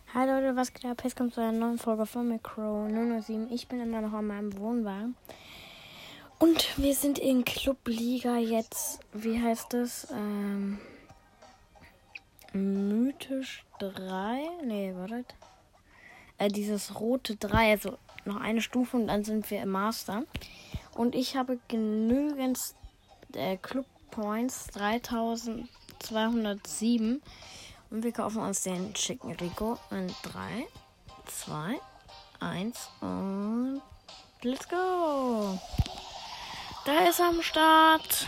Hi Leute, was geht ab? Jetzt kommt zu einer neuen Folge von Macro 007. Ich bin immer noch an meinem Wohnwagen. Und wir sind in Clubliga jetzt. Wie heißt es? Mythisch 3? Nee, wartet. Dieses rote 3, also noch eine Stufe und dann sind wir im Master. Und ich habe genügend Club Points, 3207. Und wir kaufen uns den schicken Rico in 3, 2, 1 und let's go. Da ist er am Start.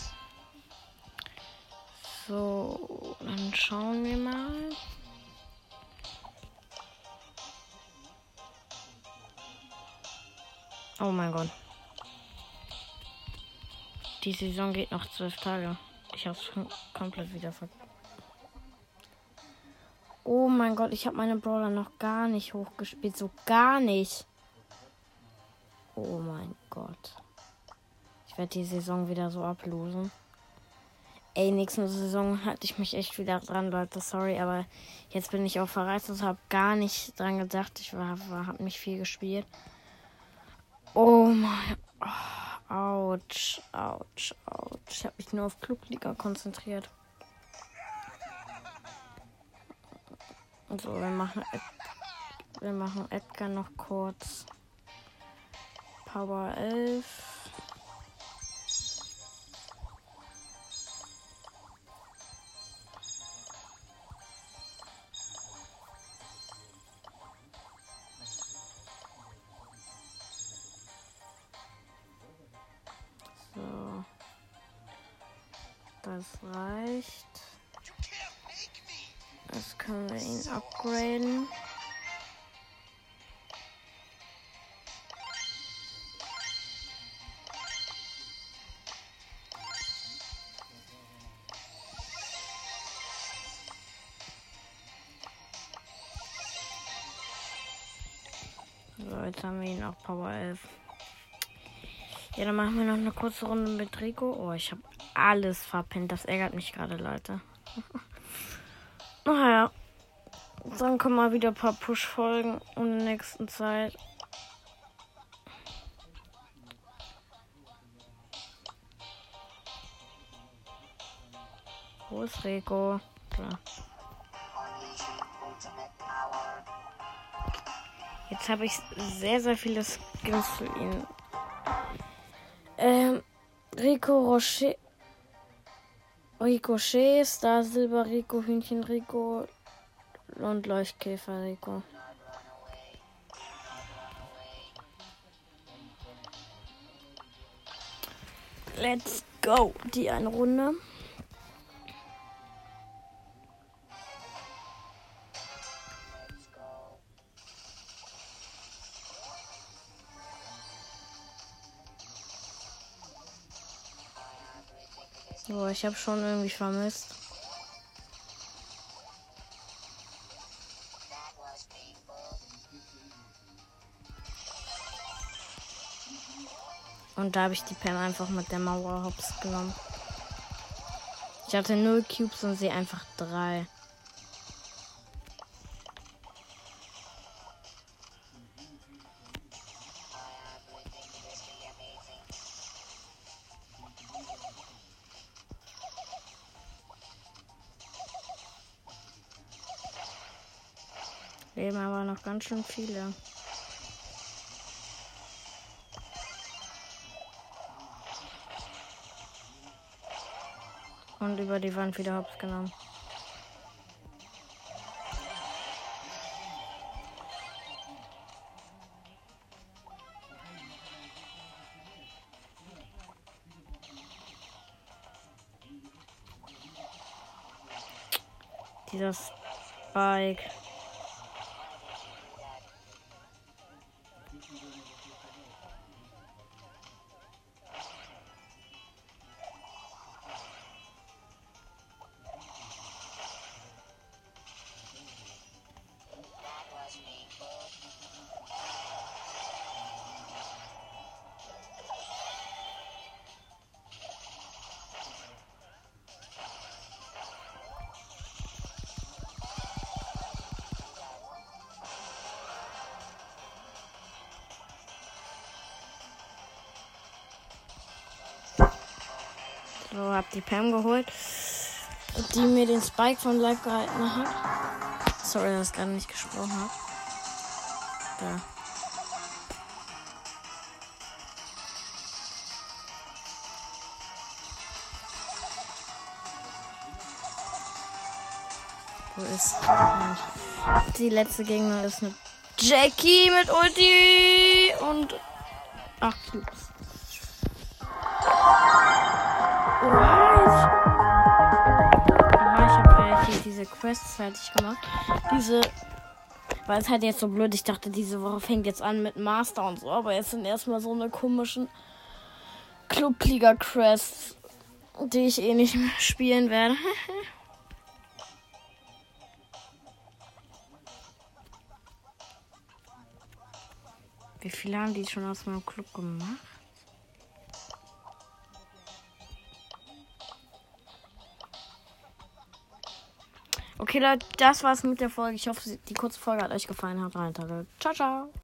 So, dann schauen wir mal. Oh mein Gott. Die Saison geht noch 12 Tage. Ich hab's komplett wieder vergessen. Oh mein Gott, ich habe meine Brawler noch gar nicht hochgespielt. So gar nicht. Oh mein Gott. Ich werde die Saison wieder so ablosen. Ey, nächste Saison hatte ich mich echt wieder dran, Leute. Sorry, aber jetzt bin ich auch verreist und habe gar nicht dran gedacht. Ich habe nicht viel gespielt. Oh mein Gott. Autsch, autsch, autsch. Ich habe mich nur auf Clubliga konzentriert. So, wir machen Edgar noch kurz. Power 11. So. Das reicht. Jetzt können wir ihn upgraden. So, jetzt haben wir ihn auch Power 11. Ja, dann machen wir noch eine kurze Runde mit Rico. Oh, ich habe alles verpennt. Das ärgert mich gerade, Leute. Naja. Dann kommen mal wieder ein paar Push-Folgen in der nächsten Zeit. Wo ist Rico? Da. Jetzt habe ich sehr, sehr viele Skins für ihn. Ricochet, Star Silber Rico, Hühnchen Rico und Leuchtkäfer Rico. Let's go. Die eine Runde. So, ich habe schon irgendwie vermisst. Und da habe ich die Pam einfach mit der Mauer hops genommen. Ich hatte 0 Cubes und sie einfach 3. Leben aber noch ganz schön viele. Und über die Wand wieder hops genommen. Dieser Spike. So, hab die Pam geholt, die mir den Spike von Leib gehalten hat. Sorry, dass ich gerade nicht gesprochen habe. Da. Wo ist die letzte Gegner? Ist eine Jackie mit Ulti und 8 Cubes. Ich habe hier diese Quests fertig gemacht. Weil es halt jetzt so blöd. Ich dachte, diese Woche fängt jetzt an mit Master und so. Aber jetzt sind erstmal so eine komischen Clubliga-Quests, die ich eh nicht mehr spielen werde. Wie viele haben die schon aus meinem Club gemacht? Okay, Leute, das war's mit der Folge. Ich hoffe, die kurze Folge hat euch gefallen. Haut rein, Tage. Ciao, ciao.